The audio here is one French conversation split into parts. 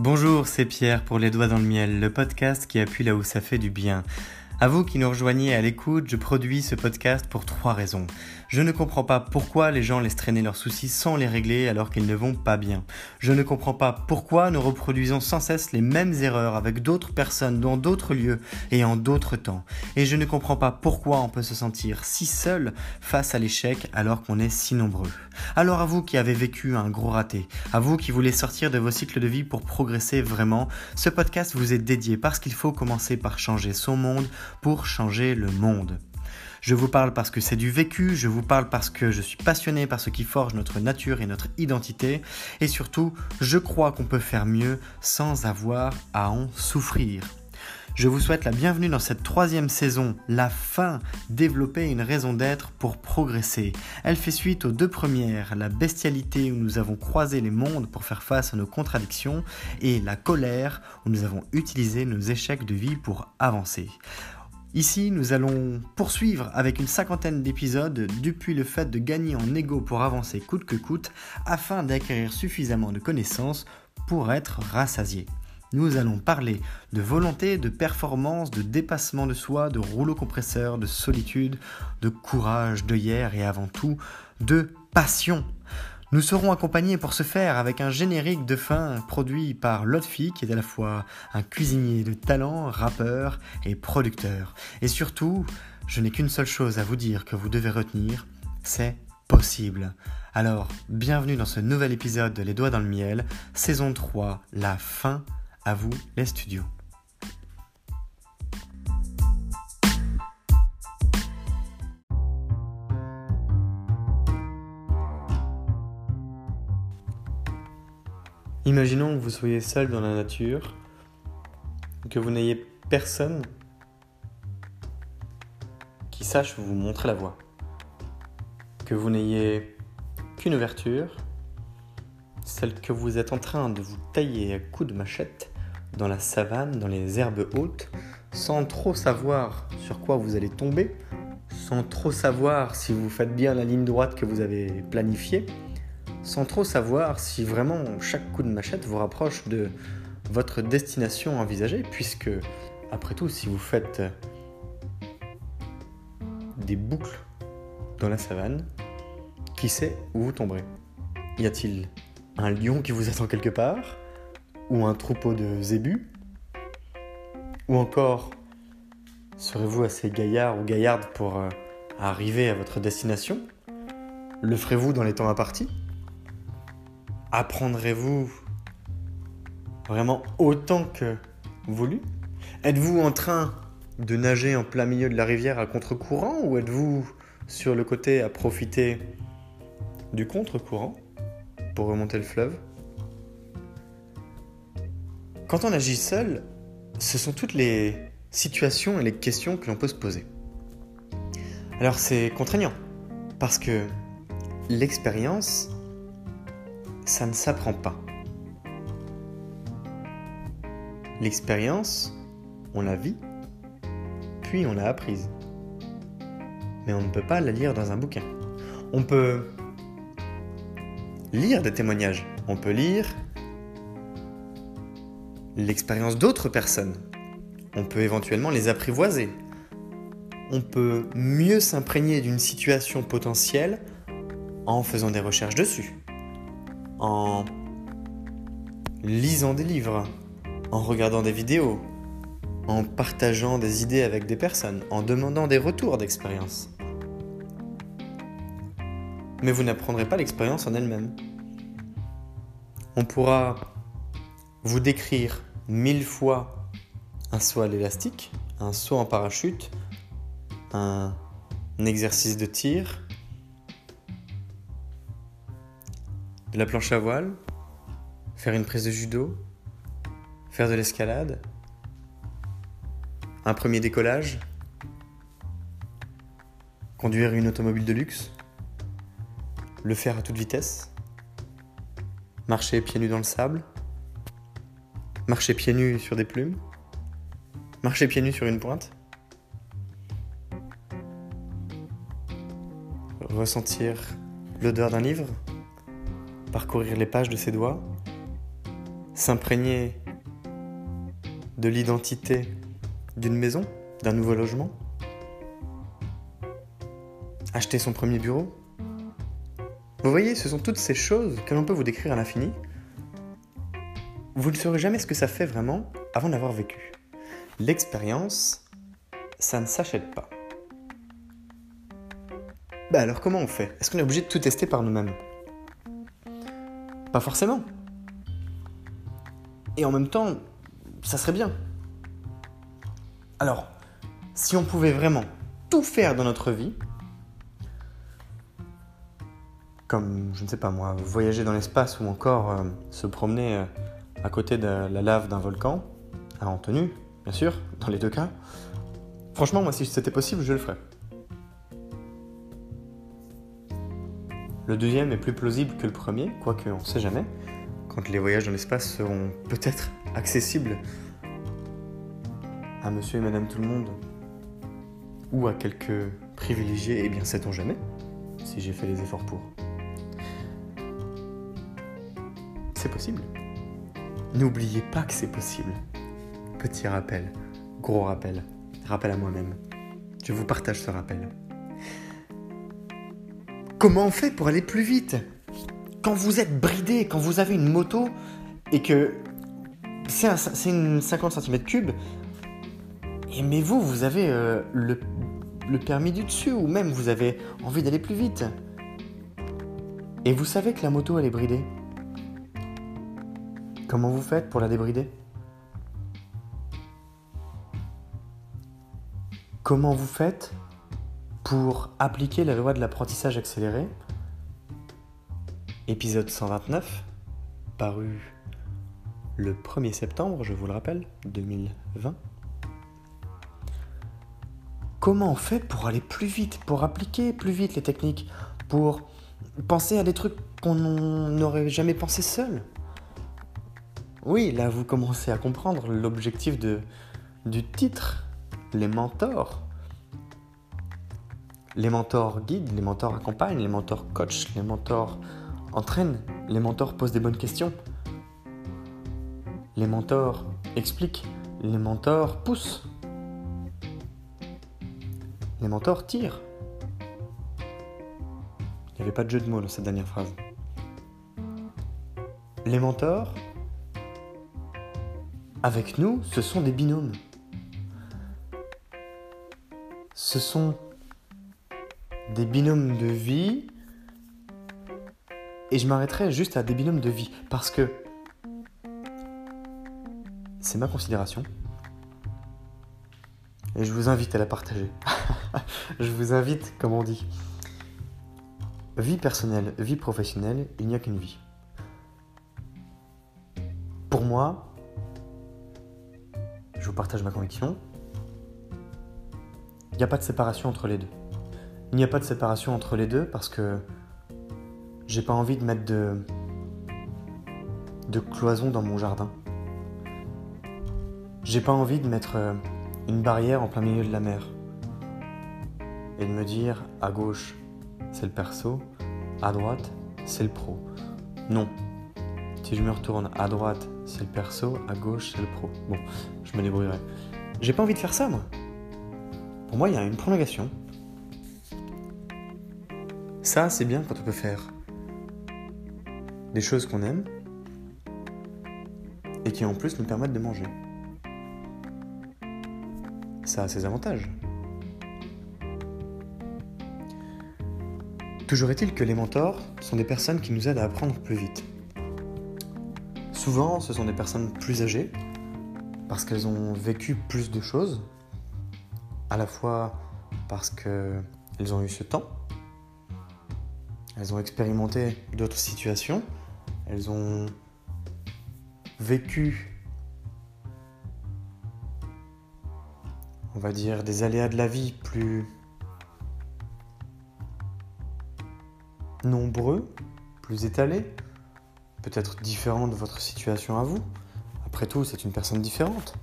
Bonjour, c'est Pierre pour Les Doigts dans le Miel, le podcast qui appuie là où ça fait du bien. À vous qui nous rejoignez à l'écoute, je produis ce podcast pour 3 raisons. Je ne comprends pas pourquoi les gens laissent traîner leurs soucis sans les régler alors qu'ils ne vont pas bien. Je ne comprends pas pourquoi nous reproduisons sans cesse les mêmes erreurs avec d'autres personnes dans d'autres lieux et en d'autres temps. Et je ne comprends pas pourquoi on peut se sentir si seul face à l'échec alors qu'on est si nombreux. Alors à vous qui avez vécu un gros raté, à vous qui voulez sortir de vos cycles de vie pour progresser vraiment, ce podcast vous est dédié parce qu'il faut commencer par changer son monde pour changer le monde. Je vous parle parce que c'est du vécu, je vous parle parce que je suis passionné par ce qui forge notre nature et notre identité, et surtout, je crois qu'on peut faire mieux sans avoir à en souffrir. Je vous souhaite la bienvenue dans cette 3e saison, la fin, développer une raison d'être pour progresser. Elle fait suite aux 2 premières, la bestialité où nous avons croisé les mondes pour faire face à nos contradictions, et la colère où nous avons utilisé nos échecs de vie pour avancer. Ici, nous allons poursuivre avec une 50aine d'épisodes depuis le fait de gagner en ego pour avancer coûte que coûte afin d'acquérir suffisamment de connaissances pour être rassasié. Nous allons parler de volonté, de performance, de dépassement de soi, de rouleau compresseur, de solitude, de courage, de hier et avant tout, de passion. Nous serons accompagnés pour ce faire avec un générique de fin produit par Lotfi qui est à la fois un cuisinier de talent, rappeur et producteur. Et surtout, je n'ai qu'une seule chose à vous dire que vous devez retenir, c'est possible. Alors, bienvenue dans ce nouvel épisode de Les Doigts dans le Miel, saison 3, la fin, à vous les studios. Imaginons que vous soyez seul dans la nature, que vous n'ayez personne qui sache vous montrer la voie, que vous n'ayez qu'une ouverture, celle que vous êtes en train de vous tailler à coups de machette dans la savane, dans les herbes hautes, sans trop savoir sur quoi vous allez tomber, sans trop savoir si vous faites bien la ligne droite que vous avez planifiée, sans trop savoir si vraiment chaque coup de machette vous rapproche de votre destination envisagée, puisque, après tout, si vous faites des boucles dans la savane, qui sait où vous tomberez ? Y a-t-il un lion qui vous attend quelque part ? Ou un troupeau de zébus ? Ou encore, serez-vous assez gaillard ou gaillarde pour arriver à votre destination ? Le ferez-vous dans les temps impartis ? Apprendrez-vous vraiment autant que voulu ? Êtes-vous en train de nager en plein milieu de la rivière à contre-courant ou êtes-vous sur le côté à profiter du contre-courant pour remonter le fleuve ? Quand on agit seul, ce sont toutes les situations et les questions que l'on peut se poser. Alors c'est contraignant parce que l'expérience, ça ne s'apprend pas. L'expérience, on la vit, puis on l'a apprise. Mais on ne peut pas la lire dans un bouquin. On peut lire des témoignages. On peut lire l'expérience d'autres personnes. On peut éventuellement les apprivoiser. On peut mieux s'imprégner d'une situation potentielle en faisant des recherches dessus, en lisant des livres, en regardant des vidéos, en partageant des idées avec des personnes, en demandant des retours d'expérience. Mais vous n'apprendrez pas l'expérience en elle-même. On pourra vous décrire 1000 fois un saut à l'élastique, un saut en parachute, un exercice de tir, de la planche à voile, faire une prise de judo, faire de l'escalade, un premier décollage, conduire une automobile de luxe, le faire à toute vitesse, marcher pieds nus dans le sable, marcher pieds nus sur des plumes, marcher pieds nus sur une pointe, ressentir l'odeur d'un livre, parcourir les pages de ses doigts, s'imprégner de l'identité d'une maison, d'un nouveau logement, acheter son premier bureau. Vous voyez, ce sont toutes ces choses que l'on peut vous décrire à l'infini. Vous ne saurez jamais ce que ça fait vraiment avant d'avoir vécu. L'expérience, ça ne s'achète pas. Alors comment on fait ? Est-ce qu'on est obligé de tout tester par nous-mêmes ? Pas forcément. Et en même temps, ça serait bien. Alors, si on pouvait vraiment tout faire dans notre vie, comme, je ne sais pas moi, voyager dans l'espace ou encore se promener à côté de la lave d'un volcan, en tenue, bien sûr, dans les deux cas, franchement, moi, si c'était possible, je le ferais. Le deuxième est plus plausible que le premier, quoique on ne sait jamais, quand les voyages dans l'espace seront peut-être accessibles à monsieur et madame tout le monde, ou à quelques privilégiés, eh bien sait-on jamais, si j'ai fait les efforts pour. C'est possible. N'oubliez pas que c'est possible. Petit rappel, gros rappel à moi-même. Je vous partage ce rappel. Comment on fait pour aller plus vite ? Quand vous êtes bridé, quand vous avez une moto et que c'est une 50 cm3, mais vous avez le permis du dessus ou même vous avez envie d'aller plus vite. Et vous savez que la moto elle est bridée. Comment vous faites pour la débrider ? Comment vous faites pour appliquer la loi de l'apprentissage accéléré ? Épisode 129, paru le 1er septembre, je vous le rappelle, 2020. Comment on fait pour aller plus vite, pour appliquer plus vite les techniques, pour penser à des trucs qu'on n'aurait jamais pensé seul ? Oui, là vous commencez à comprendre l'objectif du titre, les mentors. Les mentors guident, les mentors accompagnent, les mentors coachent, les mentors entraînent, les mentors posent des bonnes questions. Les mentors expliquent, les mentors poussent. Les mentors tirent. Il n'y avait pas de jeu de mots dans cette dernière phrase. Les mentors, avec nous, ce sont des binômes. Ce sont des binômes de vie. Et je m'arrêterai juste à des binômes de vie. Parce que c'est ma considération. Et je vous invite à la partager. Je vous invite, comme on dit. Vie personnelle, vie professionnelle, il n'y a qu'une vie. Pour moi, je vous partage ma conviction, il n'y a pas de séparation entre les deux. Il n'y a pas de séparation entre les deux parce que j'ai pas envie de mettre de cloison dans mon jardin. J'ai pas envie de mettre une barrière en plein milieu de la mer et de me dire à gauche c'est le perso, à droite c'est le pro. Non. Si je me retourne à droite c'est le perso, à gauche c'est le pro. Bon, je me débrouillerai. J'ai pas envie de faire ça moi. Pour moi il y a une prolongation. Ça c'est bien quand on peut faire des choses qu'on aime et qui en plus nous permettent de manger. Ça a ses avantages. Toujours est-il que les mentors sont des personnes qui nous aident à apprendre plus vite. Souvent, ce sont des personnes plus âgées parce qu'elles ont vécu plus de choses, à la fois parce qu'elles ont eu ce temps, elles ont expérimenté d'autres situations, elles ont vécu, on va dire, des aléas de la vie plus nombreux, plus étalés, peut-être différents de votre situation à vous. Après tout, c'est une personne différente.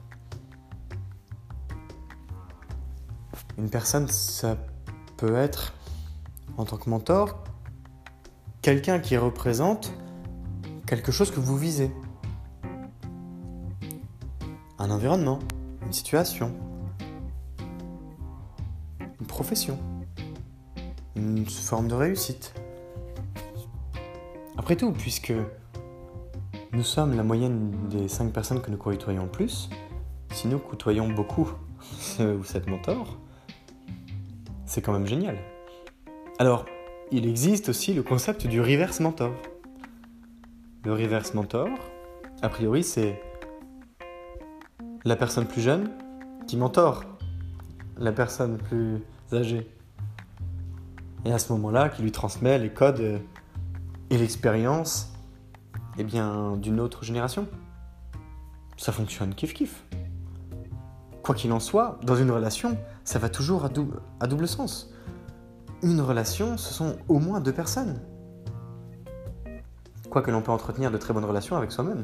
Une personne, ça peut être, en tant que mentor, quelqu'un qui représente quelque chose que vous visez. un environnement, une situation, une profession, une forme de réussite. Après tout, puisque nous sommes la moyenne des 5 personnes que nous côtoyons le plus, si nous côtoyons beaucoup ce ou cette mentor, c'est quand même génial. Alors, il existe aussi le concept du reverse mentor. Le reverse mentor, a priori, c'est la personne plus jeune qui mentore la personne plus âgée. Et à ce moment-là, qui lui transmet les codes et l'expérience d'une autre génération. Ça fonctionne kiff-kiff. Quoi qu'il en soit, dans une relation, ça va toujours à double sens. Une relation, ce sont au moins 2 personnes. Quoique l'on peut entretenir de très bonnes relations avec soi-même.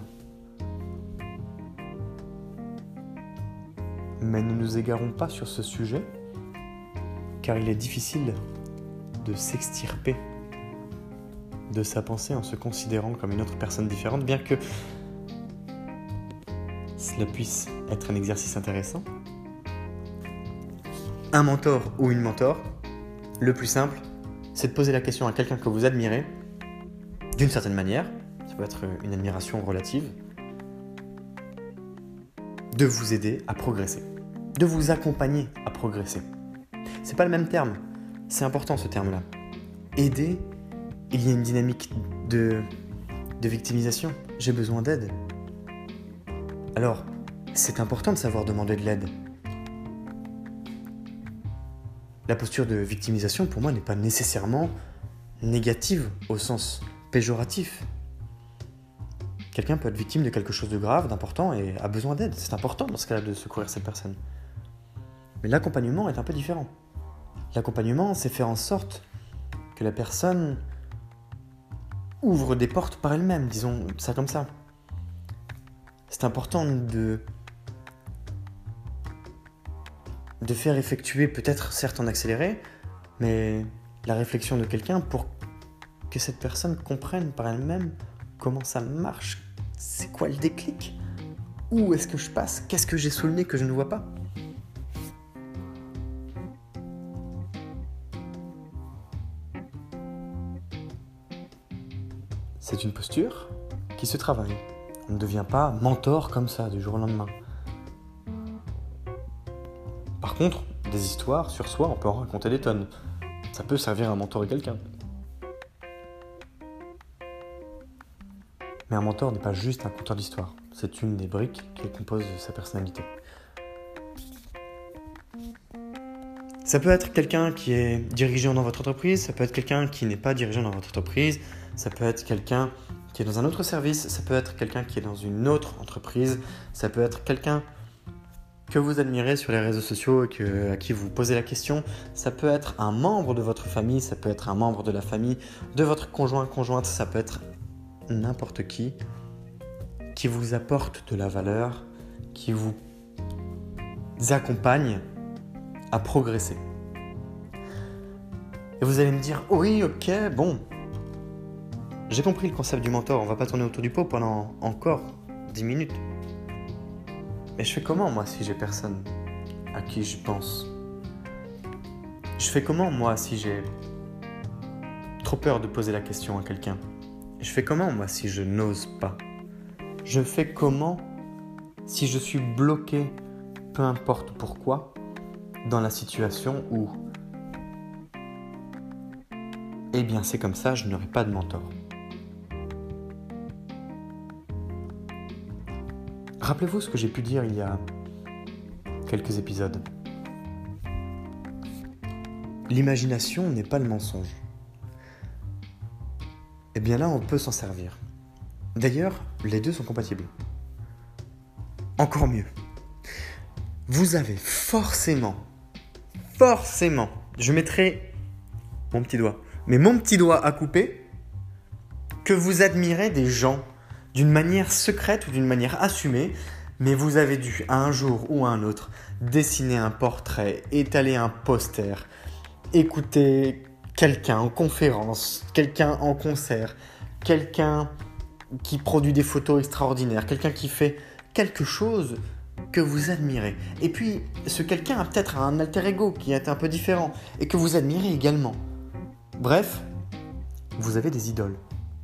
Mais ne nous égarons pas sur ce sujet, car il est difficile de s'extirper de sa pensée en se considérant comme une autre personne différente, bien que cela puisse être un exercice intéressant. Un mentor ou une mentor, le plus simple, c'est de poser la question à quelqu'un que vous admirez, d'une certaine manière, ça peut être une admiration relative, de vous aider à progresser, de vous accompagner à progresser. C'est pas le même terme, c'est important ce terme-là. Aider, il y a une dynamique de victimisation. J'ai besoin d'aide. Alors, c'est important de savoir demander de l'aide. La posture de victimisation, pour moi, n'est pas nécessairement négative au sens péjoratif. Quelqu'un peut être victime de quelque chose de grave, d'important, et a besoin d'aide. C'est important dans ce cas-là de secourir cette personne. Mais l'accompagnement est un peu différent. L'accompagnement, c'est faire en sorte que la personne ouvre des portes par elle-même, disons ça comme ça. C'est important de faire effectuer, peut-être certes en accéléré, mais la réflexion de quelqu'un pour que cette personne comprenne par elle-même comment ça marche, c'est quoi le déclic, où est-ce que je passe, qu'est-ce que j'ai sous le nez que je ne vois pas. C'est une posture qui se travaille. On ne devient pas mentor comme ça, du jour au lendemain. Par contre, des histoires sur soi, on peut en raconter des tonnes. Ça peut servir à mentorer quelqu'un. Mais un mentor n'est pas juste un conteur d'histoire. C'est une des briques qui compose sa personnalité. Ça peut être quelqu'un qui est dirigeant dans votre entreprise, ça peut être quelqu'un qui n'est pas dirigeant dans votre entreprise, ça peut être quelqu'un qui est dans un autre service, ça peut être quelqu'un qui est dans une autre entreprise, ça peut être quelqu'un que vous admirez sur les réseaux sociaux et à qui vous posez la question, ça peut être un membre de votre famille, ça peut être un membre de la famille de votre conjointe, ça peut être n'importe qui vous apporte de la valeur, qui vous accompagne à progresser. Et vous allez me dire, oui, ok, bon, j'ai compris le concept du mentor, on va pas tourner autour du pot pendant encore 10 minutes. Mais je fais comment, moi, si j'ai personne à qui je pense ? Je fais comment, moi, si j'ai trop peur de poser la question à quelqu'un ? Je fais comment, moi, si je n'ose pas ? Je fais comment si je suis bloqué, peu importe pourquoi, dans la situation où, eh bien, c'est comme ça, je n'aurai pas de mentor. Rappelez-vous ce que j'ai pu dire il y a quelques épisodes. L'imagination n'est pas le mensonge. Eh bien là, on peut s'en servir. D'ailleurs, les deux sont compatibles. Encore mieux. Vous avez forcément, je mettrai mon petit doigt à couper, que vous admirez des gens d'une manière secrète ou d'une manière assumée, mais vous avez dû, à un jour ou à un autre, dessiner un portrait, étaler un poster, écouter quelqu'un en conférence, quelqu'un en concert, quelqu'un qui produit des photos extraordinaires, quelqu'un qui fait quelque chose que vous admirez. Et puis, ce quelqu'un a peut-être un alter ego qui est un peu différent et que vous admirez également. Bref, vous avez des idoles.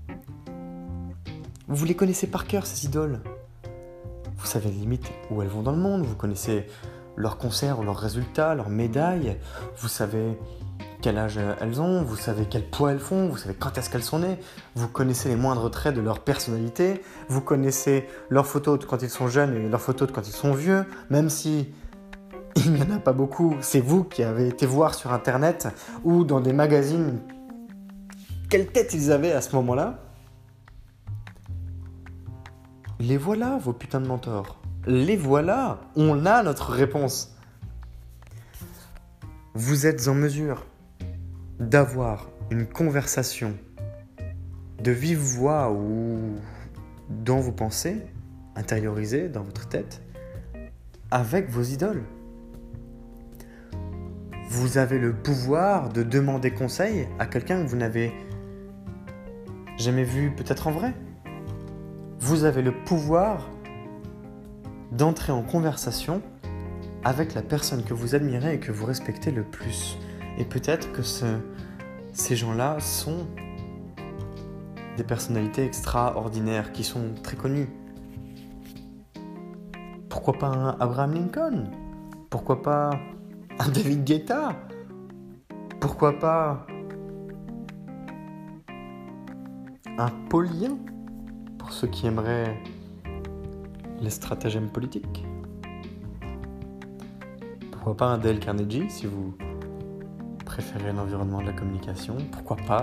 Vous les connaissez par cœur, ces idoles. Vous savez limite où elles vont dans le monde, vous connaissez leurs concerts, leurs résultats, leurs médailles, vous savez quel âge elles ont, vous savez quel poids elles font, vous savez quand est-ce qu'elles sont nées, vous connaissez les moindres traits de leur personnalité, vous connaissez leurs photos de quand ils sont jeunes et leurs photos de quand ils sont vieux, même si il n'y en a pas beaucoup, c'est vous qui avez été voir sur internet ou dans des magazines quelle tête ils avaient à ce moment-là. Les voilà, vos putains de mentors. Les voilà, on a notre réponse. Vous êtes en mesure d'avoir une conversation de vive voix ou dans vos pensées, intériorisées dans votre tête, avec vos idoles. Vous avez le pouvoir de demander conseil à quelqu'un que vous n'avez jamais vu peut-être en vrai. Vous avez le pouvoir d'entrer en conversation avec la personne que vous admirez et que vous respectez le plus. Et peut-être que ces gens-là sont des personnalités extraordinaires qui sont très connues. Pourquoi pas un Abraham Lincoln ? Pourquoi pas un David Guetta ? Pourquoi pas un Paulien ? Pour ceux qui aimeraient les stratagèmes politiques. Pourquoi pas un Dale Carnegie si vous préférez l'environnement de la communication. Pourquoi pas ?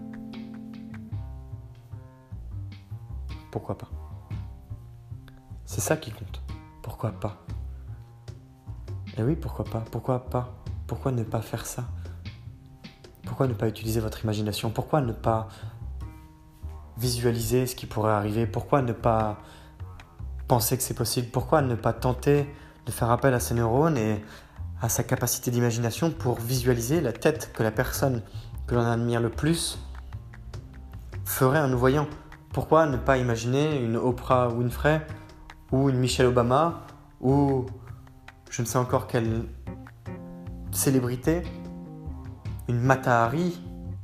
Pourquoi pas ? C'est ça qui compte. Pourquoi pas ? Et oui, pourquoi pas ? Pourquoi pas ? Pourquoi ne pas faire ça ? Pourquoi ne pas utiliser votre imagination ? Pourquoi ne pas visualiser ce qui pourrait arriver? Pourquoi ne pas penser que c'est possible? Pourquoi ne pas tenter de faire appel à ses neurones et à sa capacité d'imagination pour visualiser la tête que la personne que l'on admire le plus ferait en nous voyant? Pourquoi ne pas imaginer une Oprah Winfrey ou une Michelle Obama ou je ne sais encore quelle célébrité, une Mata Hari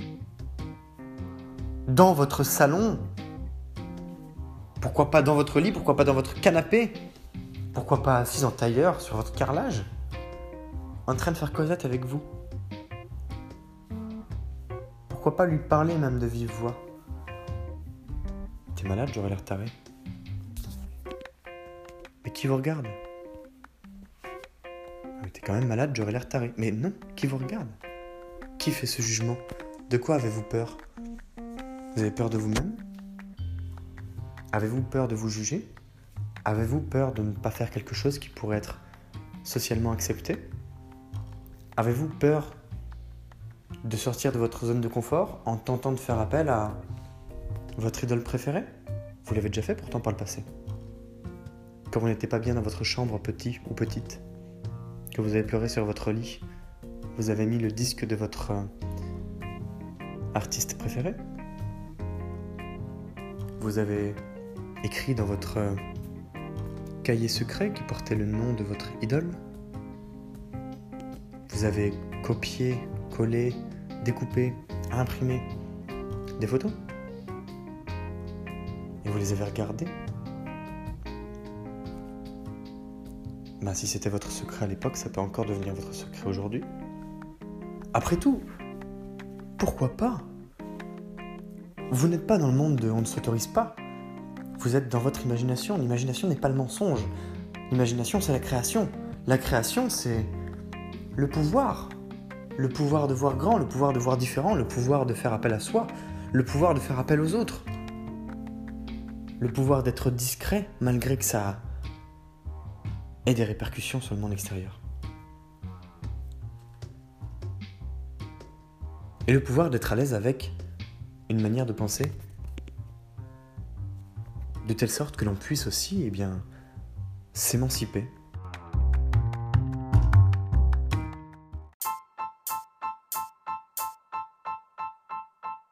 dans votre salon? Pourquoi pas dans votre lit? Pourquoi pas dans votre canapé? Pourquoi pas assise en tailleur sur votre carrelage, en train de faire causette avec vous? Pourquoi pas lui parler même de vive voix? T'es malade, j'aurais l'air taré. Mais qui vous regarde? Mais t'es quand même malade, j'aurais l'air taré. Mais non, qui vous regarde? Qui fait ce jugement? De quoi avez-vous peur? Vous avez peur de vous-même? Avez-vous peur de vous juger? Avez-vous peur de ne pas faire quelque chose qui pourrait être socialement accepté? Avez-vous peur de sortir de votre zone de confort en tentant de faire appel à votre idole préférée? Vous l'avez déjà fait pourtant par le passé. Quand vous n'étiez pas bien dans votre chambre, petit ou petite, que vous avez pleuré sur votre lit, vous avez mis le disque de votre artiste préféré? Vous avez écrit dans votre cahier secret qui portait le nom de votre idole? Vous avez copié, collé, découpé, imprimé des photos? Et vous les avez regardées? Si c'était votre secret à l'époque, ça peut encore devenir votre secret aujourd'hui. Après tout, pourquoi pas? Vous n'êtes pas dans le monde de « on ne s'autorise pas ». Vous êtes dans votre imagination. L'imagination n'est pas le mensonge. L'imagination, c'est la création. La création, c'est le pouvoir. Le pouvoir de voir grand, le pouvoir de voir différent, le pouvoir de faire appel à soi, le pouvoir de faire appel aux autres. Le pouvoir d'être discret malgré que ça ait des répercussions sur le monde extérieur. Et le pouvoir d'être à l'aise avec une manière de penser de telle sorte que l'on puisse aussi, s'émanciper.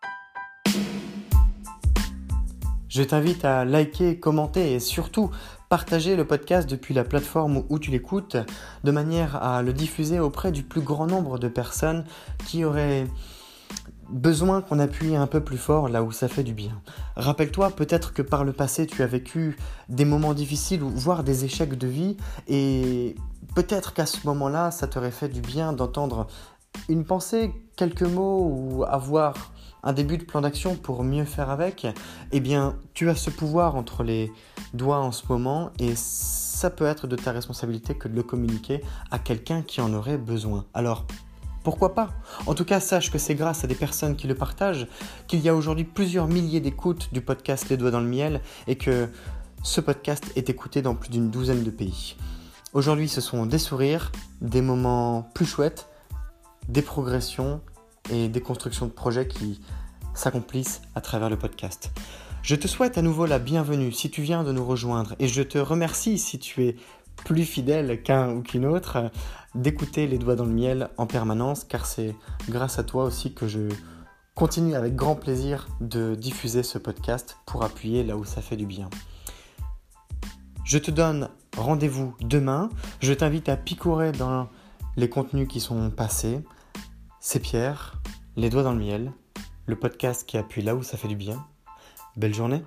Je t'invite à liker, commenter et surtout partager le podcast depuis la plateforme où tu l'écoutes, de manière à le diffuser auprès du plus grand nombre de personnes qui auraient besoin qu'on appuie un peu plus fort là où ça fait du bien. Rappelle-toi peut-être que par le passé tu as vécu des moments difficiles ou voire des échecs de vie et peut-être qu'à ce moment-là ça t'aurait fait du bien d'entendre une pensée, quelques mots ou avoir un début de plan d'action pour mieux faire avec. Eh bien tu as ce pouvoir entre les doigts en ce moment et ça peut être de ta responsabilité que de le communiquer à quelqu'un qui en aurait besoin. Alors pourquoi pas ? En tout cas, sache que c'est grâce à des personnes qui le partagent qu'il y a aujourd'hui plusieurs milliers d'écoutes du podcast Les Doigts dans le Miel et que ce podcast est écouté dans plus d'une douzaine de pays. Aujourd'hui, ce sont des sourires, des moments plus chouettes, des progressions et des constructions de projets qui s'accomplissent à travers le podcast. Je te souhaite à nouveau la bienvenue si tu viens de nous rejoindre et je te remercie si tu es plus fidèle qu'un ou qu'une autre, d'écouter Les Doigts dans le Miel en permanence, car c'est grâce à toi aussi que je continue avec grand plaisir de diffuser ce podcast pour appuyer là où ça fait du bien. Je te donne rendez-vous demain, je t'invite à picorer dans les contenus qui sont passés. C'est Pierre, Les Doigts dans le Miel, le podcast qui appuie là où ça fait du bien. Belle journée.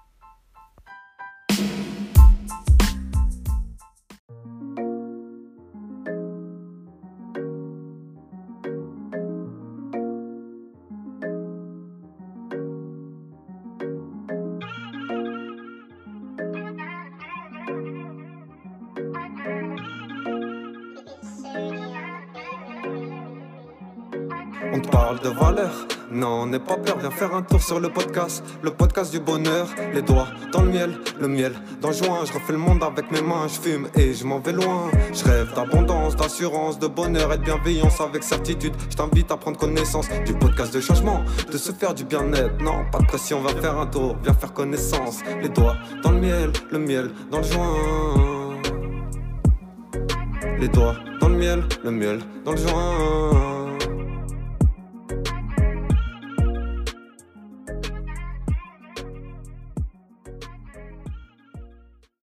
On te parle de valeur, non, n'aie pas peur, viens faire un tour sur le podcast du bonheur, les doigts dans le miel dans le joint, je refais le monde avec mes mains, je fume et je m'en vais loin, je rêve d'abondance, d'assurance, de bonheur et de bienveillance avec certitude, je t'invite à prendre connaissance du podcast de changement, de se faire du bien-être, non, pas de pression, viens faire un tour, viens faire connaissance, les doigts dans le miel dans le joint, les doigts dans le miel dans le joint.